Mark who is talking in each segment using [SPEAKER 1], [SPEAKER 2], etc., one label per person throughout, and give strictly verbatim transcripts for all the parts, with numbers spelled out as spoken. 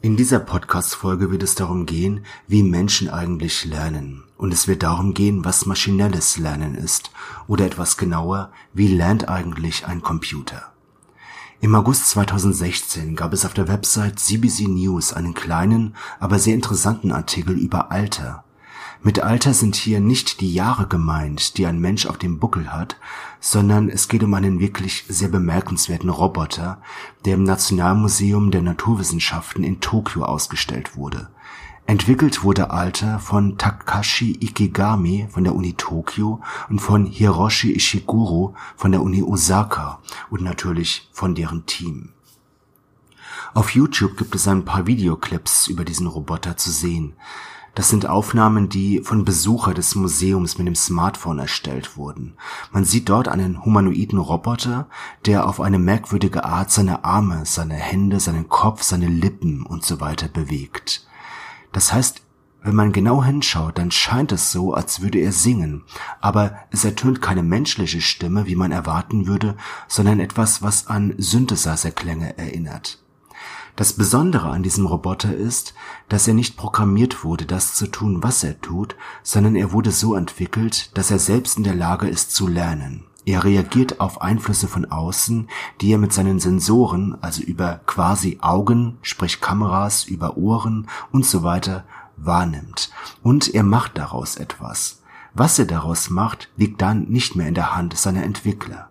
[SPEAKER 1] In dieser Podcast-Folge wird es darum gehen, wie Menschen eigentlich lernen. Und es wird darum gehen, was maschinelles Lernen ist. Oder etwas genauer, wie lernt eigentlich ein Computer? Im August zweitausendsechzehn gab es auf der Website C B C News einen kleinen, aber sehr interessanten Artikel über Alter. Mit Alter sind hier nicht die Jahre gemeint, die ein Mensch auf dem Buckel hat, sondern es geht um einen wirklich sehr bemerkenswerten Roboter, der im Nationalmuseum der Naturwissenschaften in Tokio ausgestellt wurde. Entwickelt wurde Alter von Takashi Ikegami von der Uni Tokio und von Hiroshi Ishiguro von der Uni Osaka und natürlich von deren Team. Auf YouTube gibt es ein paar Videoclips über diesen Roboter zu sehen. Das sind Aufnahmen, die von Besuchern des Museums mit dem Smartphone erstellt wurden. Man sieht dort einen humanoiden Roboter, der auf eine merkwürdige Art seine Arme, seine Hände, seinen Kopf, seine Lippen und so weiter bewegt. Das heißt, wenn man genau hinschaut, dann scheint es so, als würde er singen, aber es ertönt keine menschliche Stimme, wie man erwarten würde, sondern etwas, was an Synthesizer-Klänge erinnert. Das Besondere an diesem Roboter ist, dass er nicht programmiert wurde, das zu tun, was er tut, sondern er wurde so entwickelt, dass er selbst in der Lage ist zu lernen. Er reagiert auf Einflüsse von außen, die er mit seinen Sensoren, also über quasi Augen, sprich Kameras, über Ohren und so weiter, wahrnimmt. Und er macht daraus etwas. Was er daraus macht, liegt dann nicht mehr in der Hand seiner Entwickler.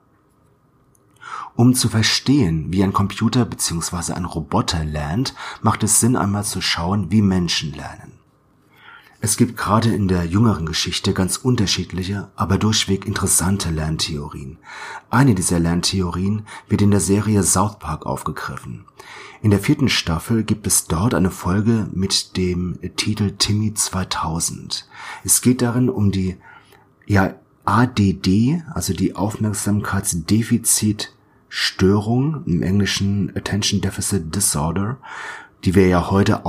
[SPEAKER 1] Um zu verstehen, wie ein Computer bzw. ein Roboter lernt, macht es Sinn, einmal zu schauen, wie Menschen lernen. Es gibt gerade in der jüngeren Geschichte ganz unterschiedliche, aber durchweg interessante Lerntheorien. Eine dieser Lerntheorien wird in der Serie South Park aufgegriffen. In der vierten Staffel gibt es dort eine Folge mit dem Titel Timmy zweitausend. Es geht darin um die ja, A D D, also die Aufmerksamkeitsdefizit Störung, im Englischen Attention Deficit Disorder, die wir ja heute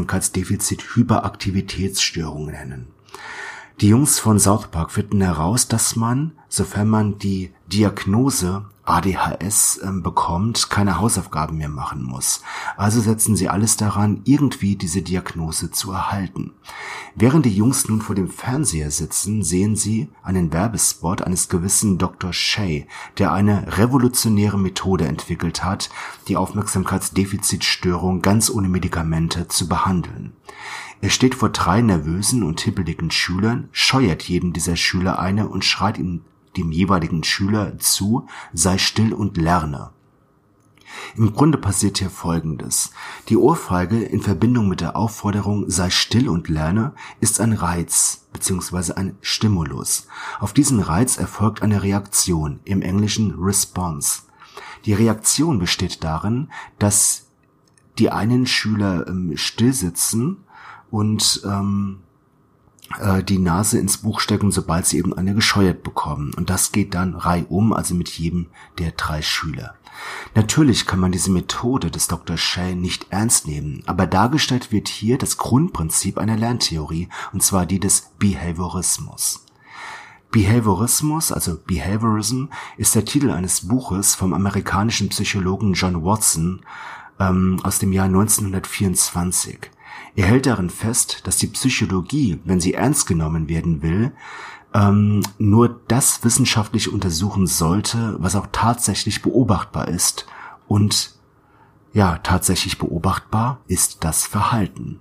[SPEAKER 1] Aufmerksamkeitsdefizit-Hyperaktivitätsstörung nennen. Die Jungs von South Park finden heraus, dass man, sofern man die Diagnose A D H S äh, bekommt, keine Hausaufgaben mehr machen muss. Also setzen sie alles daran, irgendwie diese Diagnose zu erhalten. Während die Jungs nun vor dem Fernseher sitzen, sehen sie einen Werbespot eines gewissen Doktor Shay, der eine revolutionäre Methode entwickelt hat, die Aufmerksamkeitsdefizitstörung ganz ohne Medikamente zu behandeln. Er steht vor drei nervösen und hibbeligen Schülern, scheuert jedem dieser Schüler eine und schreit ihm dem jeweiligen Schüler zu, sei still und lerne. Im Grunde passiert hier Folgendes. Die Ohrfeige in Verbindung mit der Aufforderung, sei still und lerne, ist ein Reiz bzw. ein Stimulus. Auf diesen Reiz erfolgt eine Reaktion, im Englischen Response. Die Reaktion besteht darin, dass die einen Schüler ähm, still sitzen und ähm, die Nase ins Buch stecken, sobald sie eben eine gescheuert bekommen. Und das geht dann reihum, also mit jedem der drei Schüler. Natürlich kann man diese Methode des Doktor Shay nicht ernst nehmen, aber dargestellt wird hier das Grundprinzip einer Lerntheorie, und zwar die des Behaviorismus. Behaviorismus, also Behaviorism, ist der Titel eines Buches vom amerikanischen Psychologen John Watson ähm, aus dem Jahr neunzehnhundertvierundzwanzig. Er hält darin fest, dass die Psychologie, wenn sie ernst genommen werden will, ähm, nur das wissenschaftlich untersuchen sollte, was auch tatsächlich beobachtbar ist. Und ja, tatsächlich beobachtbar ist das Verhalten.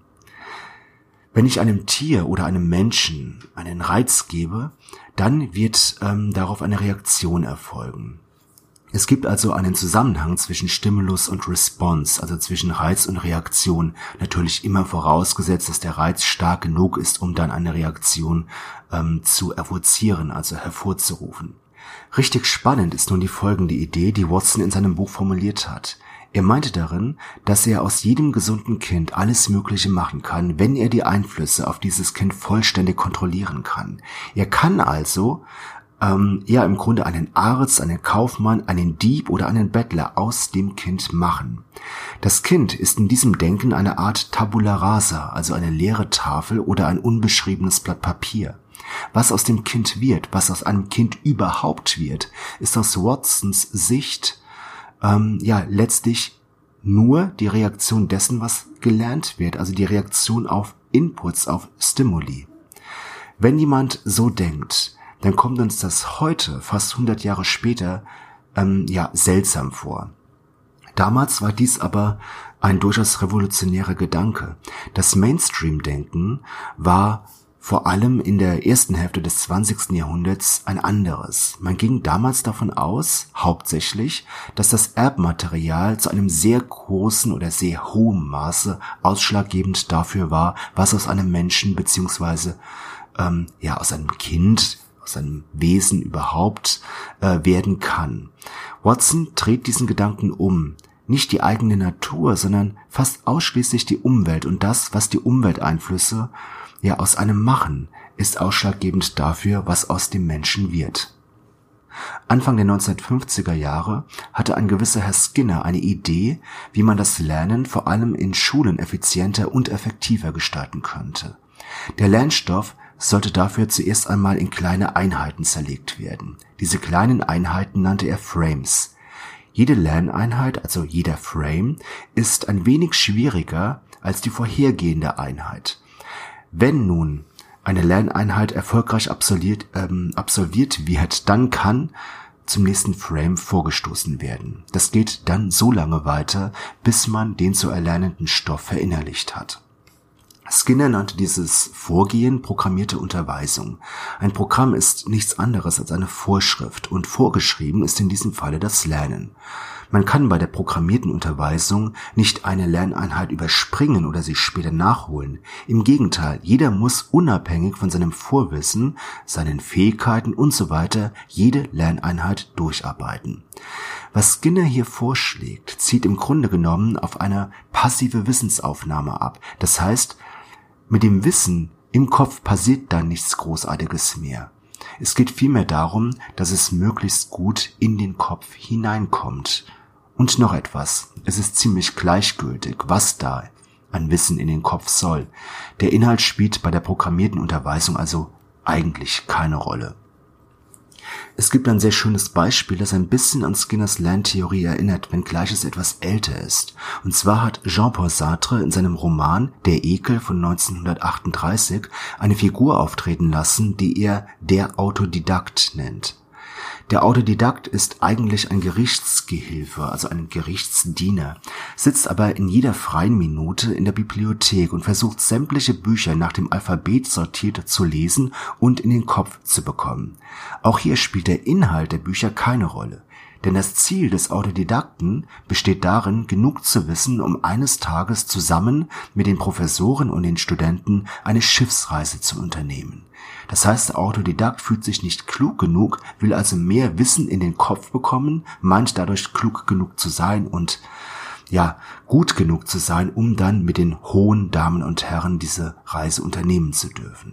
[SPEAKER 1] Wenn ich einem Tier oder einem Menschen einen Reiz gebe, dann wird ähm, darauf eine Reaktion erfolgen. Es gibt also einen Zusammenhang zwischen Stimulus und Response, also zwischen Reiz und Reaktion, natürlich immer vorausgesetzt, dass der Reiz stark genug ist, um dann eine Reaktion ähm, zu evozieren, also hervorzurufen. Richtig spannend ist nun die folgende Idee, die Watson in seinem Buch formuliert hat. Er meinte darin, dass er aus jedem gesunden Kind alles Mögliche machen kann, wenn er die Einflüsse auf dieses Kind vollständig kontrollieren kann. Er kann also ähm, ja im Grunde einen Arzt, einen Kaufmann, einen Dieb oder einen Bettler aus dem Kind machen. Das Kind ist in diesem Denken eine Art Tabula rasa, also eine leere Tafel oder ein unbeschriebenes Blatt Papier. Was aus dem Kind wird, was aus einem Kind überhaupt wird, ist aus Watsons Sicht ähm, ja letztlich nur die Reaktion dessen, was gelernt wird, also die Reaktion auf Inputs, auf Stimuli. Wenn jemand so denkt, dann kommt uns das heute, fast hundert Jahre später, ähm, ja, seltsam vor. Damals war dies aber ein durchaus revolutionärer Gedanke. Das Mainstream-Denken war vor allem in der ersten Hälfte des zwanzigsten Jahrhunderts ein anderes. Man ging damals davon aus, hauptsächlich, dass das Erbmaterial zu einem sehr großen oder sehr hohen Maße ausschlaggebend dafür war, was aus einem Menschen beziehungsweise ähm, ja aus einem Kind, aus einem Wesen überhaupt äh, werden kann. Watson dreht diesen Gedanken um. Nicht die eigene Natur, sondern fast ausschließlich die Umwelt und das, was die Umwelteinflüsse ja aus einem machen, ist ausschlaggebend dafür, was aus dem Menschen wird. Anfang der neunzehnhundertfünfziger Jahre hatte ein gewisser Herr Skinner eine Idee, wie man das Lernen vor allem in Schulen effizienter und effektiver gestalten könnte. Der Lernstoff sollte dafür zuerst einmal in kleine Einheiten zerlegt werden. Diese kleinen Einheiten nannte er Frames. Jede Lerneinheit, also jeder Frame, ist ein wenig schwieriger als die vorhergehende Einheit. Wenn nun eine Lerneinheit erfolgreich absolviert, ähm, absolviert wird, dann kann zum nächsten Frame vorgestoßen werden. Das geht dann so lange weiter, bis man den zu erlernenden Stoff verinnerlicht hat. Skinner nannte dieses Vorgehen programmierte Unterweisung. Ein Programm ist nichts anderes als eine Vorschrift und vorgeschrieben ist in diesem Falle das Lernen. Man kann bei der programmierten Unterweisung nicht eine Lerneinheit überspringen oder sie später nachholen. Im Gegenteil, jeder muss unabhängig von seinem Vorwissen, seinen Fähigkeiten und so weiter jede Lerneinheit durcharbeiten. Was Skinner hier vorschlägt, zielt im Grunde genommen auf eine passive Wissensaufnahme ab. Das heißt, mit dem Wissen im Kopf passiert dann nichts Großartiges mehr. Es geht vielmehr darum, dass es möglichst gut in den Kopf hineinkommt. Und noch etwas, es ist ziemlich gleichgültig, was da an Wissen in den Kopf soll. Der Inhalt spielt bei der programmierten Unterweisung also eigentlich keine Rolle. Es gibt ein sehr schönes Beispiel, das ein bisschen an Skinners Lerntheorie erinnert, wenngleich es etwas älter ist. Und zwar hat Jean-Paul Sartre in seinem Roman Der Ekel von neunzehnhundertachtunddreißig eine Figur auftreten lassen, die er der Autodidakt nennt. Der Autodidakt ist eigentlich ein Gerichtsgehilfe, also ein Gerichtsdiener, sitzt aber in jeder freien Minute in der Bibliothek und versucht sämtliche Bücher nach dem Alphabet sortiert zu lesen und in den Kopf zu bekommen. Auch hier spielt der Inhalt der Bücher keine Rolle. Denn das Ziel des Autodidakten besteht darin, genug zu wissen, um eines Tages zusammen mit den Professoren und den Studenten eine Schiffsreise zu unternehmen. Das heißt, der Autodidakt fühlt sich nicht klug genug, will also mehr Wissen in den Kopf bekommen, meint dadurch klug genug zu sein und ja, gut genug zu sein, um dann mit den hohen Damen und Herren diese Reise unternehmen zu dürfen.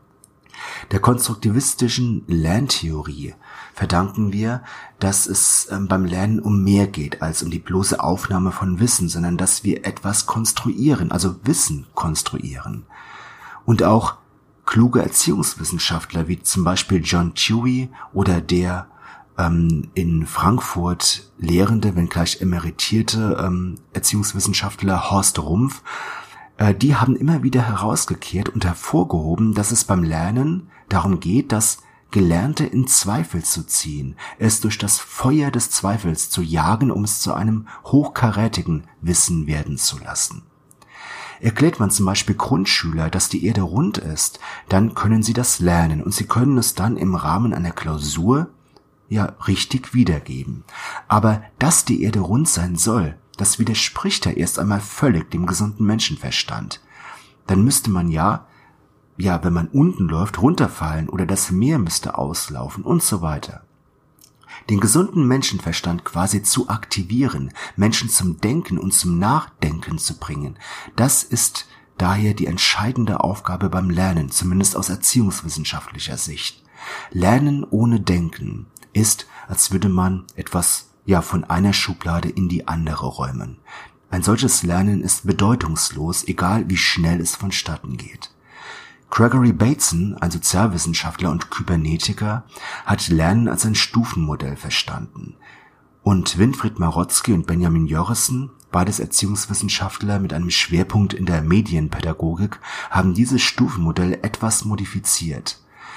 [SPEAKER 1] Der konstruktivistischen Lerntheorie verdanken wir, dass es ähm, beim Lernen um mehr geht als um die bloße Aufnahme von Wissen, sondern dass wir etwas konstruieren, also Wissen konstruieren. Und auch kluge Erziehungswissenschaftler wie zum Beispiel John Dewey oder der ähm, in Frankfurt lehrende, wenngleich emeritierte ähm, Erziehungswissenschaftler Horst Rumpf, äh, die haben immer wieder herausgekehrt und hervorgehoben, dass es beim Lernen darum geht, das Gelernte in Zweifel zu ziehen, es durch das Feuer des Zweifels zu jagen, um es zu einem hochkarätigen Wissen werden zu lassen. Erklärt man zum Beispiel Grundschüler, dass die Erde rund ist, dann können sie das lernen und sie können es dann im Rahmen einer Klausur ja richtig wiedergeben. Aber dass die Erde rund sein soll, das widerspricht ja erst einmal völlig dem gesunden Menschenverstand. Dann müsste man ja, ja, wenn man unten läuft, runterfallen oder das Meer müsste auslaufen und so weiter. Den gesunden Menschenverstand quasi zu aktivieren, Menschen zum Denken und zum Nachdenken zu bringen, das ist daher die entscheidende Aufgabe beim Lernen, zumindest aus erziehungswissenschaftlicher Sicht. Lernen ohne Denken ist, als würde man etwas ja von einer Schublade in die andere räumen. Ein solches Lernen ist bedeutungslos, egal wie schnell es vonstatten geht. Gregory Bateson, ein Sozialwissenschaftler und Kybernetiker, hat Lernen als ein Stufenmodell verstanden. Und Winfried Marotzky und Benjamin Jörrissen, beides Erziehungswissenschaftler mit einem Schwerpunkt in der Medienpädagogik, haben dieses Stufenmodell etwas modifiziert.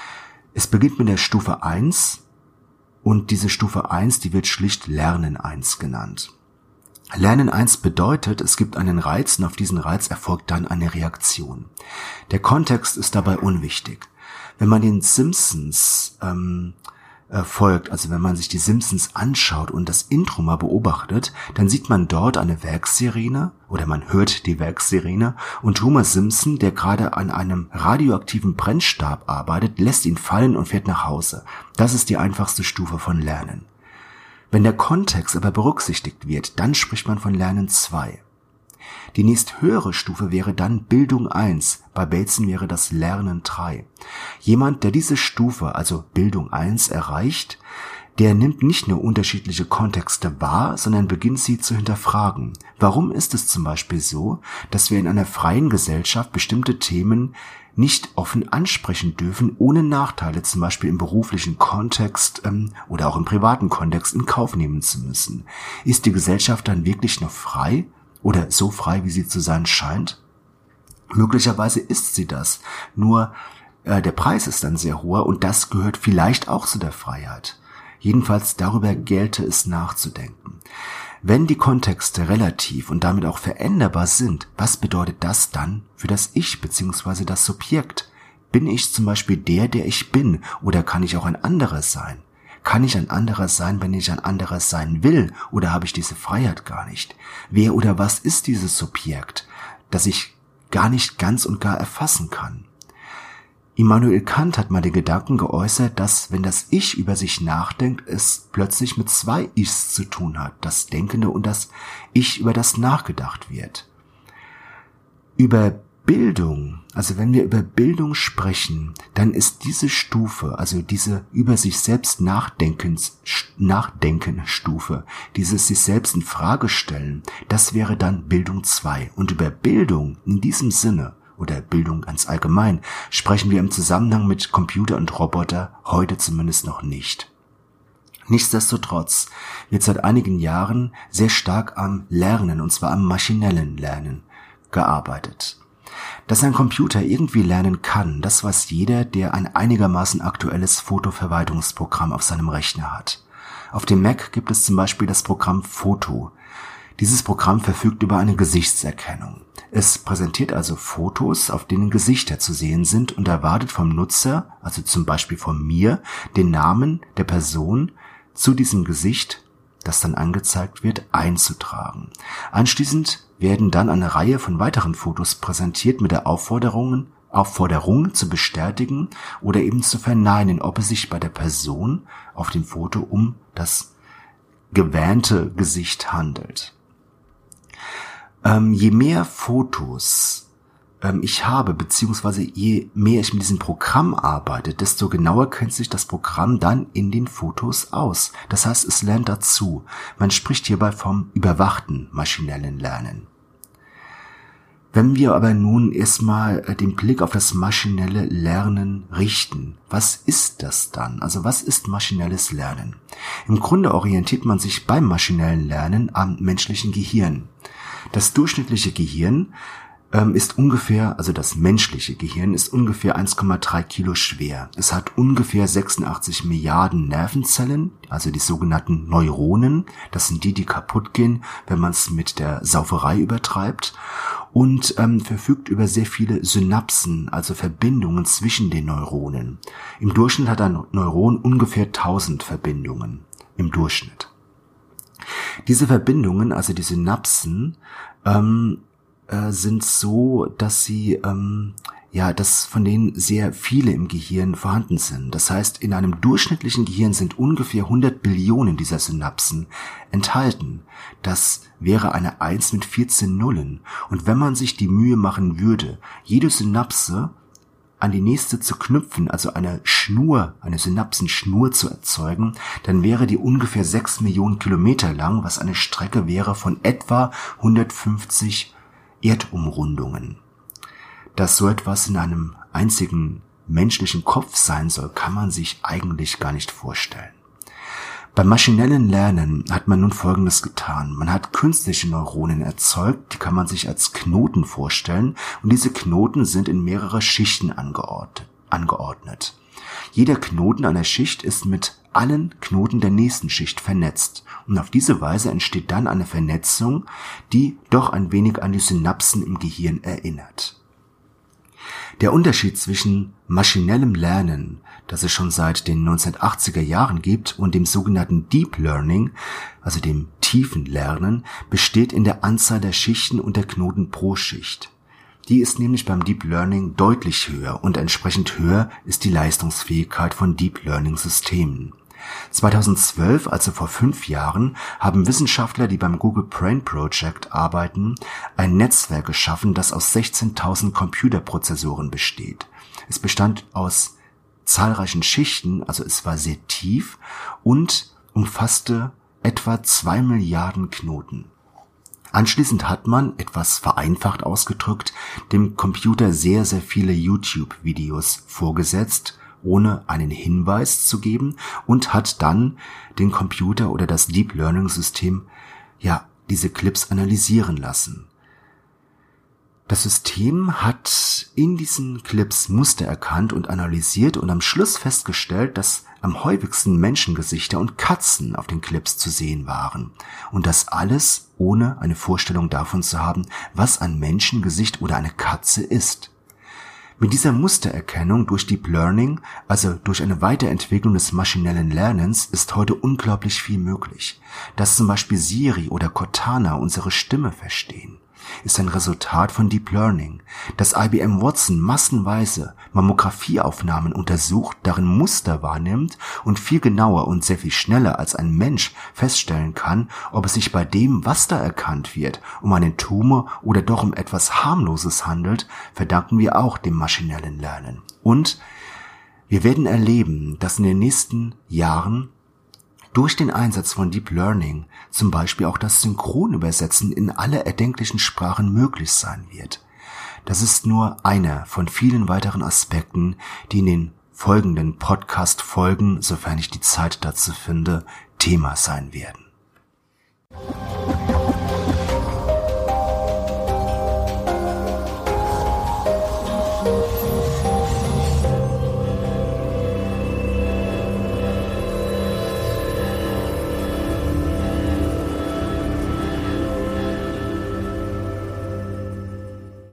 [SPEAKER 1] Es beginnt mit der Stufe eins und diese Stufe eins, die wird schlicht Lernen eins genannt. Lernen eins bedeutet, es gibt einen Reiz und auf diesen Reiz erfolgt dann eine Reaktion. Der Kontext ist dabei unwichtig. Wenn man den Simpsons ähm, äh, folgt, also wenn man sich die Simpsons anschaut und das Intro mal beobachtet, dann sieht man dort eine Werkssirene oder man hört die Werkssirene und Homer Simpson, der gerade an einem radioaktiven Brennstab arbeitet, lässt ihn fallen und fährt nach Hause. Das ist die einfachste Stufe von Lernen. Wenn der Kontext aber berücksichtigt wird, dann spricht man von Lernen zwei. Die nächsthöhere Stufe wäre dann Bildung eins, bei Bateson wäre das Lernen drei. Jemand, der diese Stufe, also Bildung eins, erreicht, der nimmt nicht nur unterschiedliche Kontexte wahr, sondern beginnt sie zu hinterfragen. Warum ist es zum Beispiel so, dass wir in einer freien Gesellschaft bestimmte Themen nicht offen ansprechen dürfen, ohne Nachteile, zum Beispiel im beruflichen Kontext ähm, oder auch im privaten Kontext in Kauf nehmen zu müssen? Ist die Gesellschaft dann wirklich noch frei oder so frei, wie sie zu sein scheint? Möglicherweise ist sie das, nur äh, der Preis ist dann sehr hoher und das gehört vielleicht auch zu der Freiheit. Jedenfalls darüber gelte es nachzudenken. Wenn die Kontexte relativ und damit auch veränderbar sind, was bedeutet das dann für das Ich bzw. das Subjekt? Bin ich zum Beispiel der, der ich bin, oder kann ich auch ein anderer sein? Kann ich ein anderer sein, wenn ich ein anderer sein will, oder habe ich diese Freiheit gar nicht? Wer oder was ist dieses Subjekt, das ich gar nicht ganz und gar erfassen kann? Immanuel Kant hat mal den Gedanken geäußert, dass, wenn das Ich über sich nachdenkt, es plötzlich mit zwei Ichs zu tun hat, das Denkende und das Ich, über das nachgedacht wird. Über Bildung, also wenn wir über Bildung sprechen, dann ist diese Stufe, also diese über sich selbst Nachdenkens, Nachdenken-Stufe, dieses sich selbst in Frage stellen, das wäre dann Bildung zwei. Und über Bildung in diesem Sinne, oder Bildung ganz allgemein, sprechen wir im Zusammenhang mit Computer und Roboter heute zumindest noch nicht. Nichtsdestotrotz wird seit einigen Jahren sehr stark am Lernen, und zwar am maschinellen Lernen, gearbeitet. Dass ein Computer irgendwie lernen kann, das weiß jeder, der ein einigermaßen aktuelles Fotoverwaltungsprogramm auf seinem Rechner hat. Auf dem Mac gibt es zum Beispiel das Programm Foto. Dieses Programm verfügt über eine Gesichtserkennung. Es präsentiert also Fotos, auf denen Gesichter zu sehen sind und erwartet vom Nutzer, also zum Beispiel von mir, den Namen der Person zu diesem Gesicht, das dann angezeigt wird, einzutragen. Anschließend werden dann eine Reihe von weiteren Fotos präsentiert mit der Aufforderung, Aufforderung zu bestätigen oder eben zu verneinen, ob es sich bei der Person auf dem Foto um das gewähnte Gesicht handelt. Ähm, je mehr Fotos ähm, ich habe, beziehungsweise je mehr ich mit diesem Programm arbeite, desto genauer kennt sich das Programm dann in den Fotos aus. Das heißt, es lernt dazu. Man spricht hierbei vom überwachten maschinellen Lernen. Wenn wir aber nun erstmal den Blick auf das maschinelle Lernen richten, was ist das dann? Also was ist maschinelles Lernen? Im Grunde orientiert man sich beim maschinellen Lernen am menschlichen Gehirn. Das durchschnittliche Gehirn ähm, ist ungefähr, also das menschliche Gehirn ist ungefähr eins Komma drei Kilo schwer. Es hat ungefähr sechsundachtzig Milliarden Nervenzellen, also die sogenannten Neuronen. Das sind die, die kaputt gehen, wenn man es mit der Sauferei übertreibt. Und ähm, verfügt über sehr viele Synapsen, also Verbindungen zwischen den Neuronen. Im Durchschnitt hat ein Neuron ungefähr tausend Verbindungen. Im Durchschnitt. Diese Verbindungen, also die Synapsen, ähm, äh, sind so, dass sie, ähm, ja, dass von denen sehr viele im Gehirn vorhanden sind. Das heißt, in einem durchschnittlichen Gehirn sind ungefähr hundert Billionen dieser Synapsen enthalten. Das wäre eine eins mit vierzehn Nullen. Und wenn man sich die Mühe machen würde, jede Synapse an die nächste zu knüpfen, also eine Schnur, eine Synapsenschnur zu erzeugen, dann wäre die ungefähr sechs Millionen Kilometer lang, was eine Strecke wäre von etwa hundertfünfzig Erdumrundungen. Dass so etwas in einem einzigen menschlichen Kopf sein soll, kann man sich eigentlich gar nicht vorstellen. Beim maschinellen Lernen hat man nun Folgendes getan. Man hat künstliche Neuronen erzeugt, die kann man sich als Knoten vorstellen, und diese Knoten sind in mehrere Schichten angeordnet. Jeder Knoten einer Schicht ist mit allen Knoten der nächsten Schicht vernetzt, und auf diese Weise entsteht dann eine Vernetzung, die doch ein wenig an die Synapsen im Gehirn erinnert. Der Unterschied zwischen maschinellem Lernen, das es schon seit den neunzehnhundertachtziger Jahren gibt, und dem sogenannten Deep Learning, also dem tiefen Lernen, besteht in der Anzahl der Schichten und der Knoten pro Schicht. Die ist nämlich beim Deep Learning deutlich höher, und entsprechend höher ist die Leistungsfähigkeit von Deep Learning Systemen. zweitausendzwölf, also vor fünf Jahren, haben Wissenschaftler, die beim Google Brain Project arbeiten, ein Netzwerk geschaffen, das aus sechzehntausend Computerprozessoren besteht. Es bestand aus zahlreichen Schichten, also es war sehr tief und umfasste etwa zwei Milliarden Knoten. Anschließend hat man, etwas vereinfacht ausgedrückt, dem Computer sehr, sehr viele YouTube-Videos vorgesetzt, ohne einen Hinweis zu geben, und hat dann den Computer oder das Deep Learning System, ja, diese Clips analysieren lassen. Das System hat in diesen Clips Muster erkannt und analysiert und am Schluss festgestellt, dass am häufigsten Menschengesichter und Katzen auf den Clips zu sehen waren. Und das alles ohne eine Vorstellung davon zu haben, was ein Menschengesicht oder eine Katze ist. Mit dieser Mustererkennung durch Deep Learning, also durch eine Weiterentwicklung des maschinellen Lernens, ist heute unglaublich viel möglich. Dass zum Beispiel Siri oder Cortana unsere Stimme verstehen, ist ein Resultat von Deep Learning. Dass I B M Watson massenweise Mammographieaufnahmen untersucht, darin Muster wahrnimmt und viel genauer und sehr viel schneller als ein Mensch feststellen kann, ob es sich bei dem, was da erkannt wird, um einen Tumor oder doch um etwas Harmloses handelt, verdanken wir auch dem maschinellen Lernen. Und wir werden erleben, dass in den nächsten Jahren durch den Einsatz von Deep Learning zum Beispiel auch das Synchronübersetzen in alle erdenklichen Sprachen möglich sein wird. Das ist nur einer von vielen weiteren Aspekten, die in den folgenden Podcast-Folgen, sofern ich die Zeit dazu finde, Thema sein werden.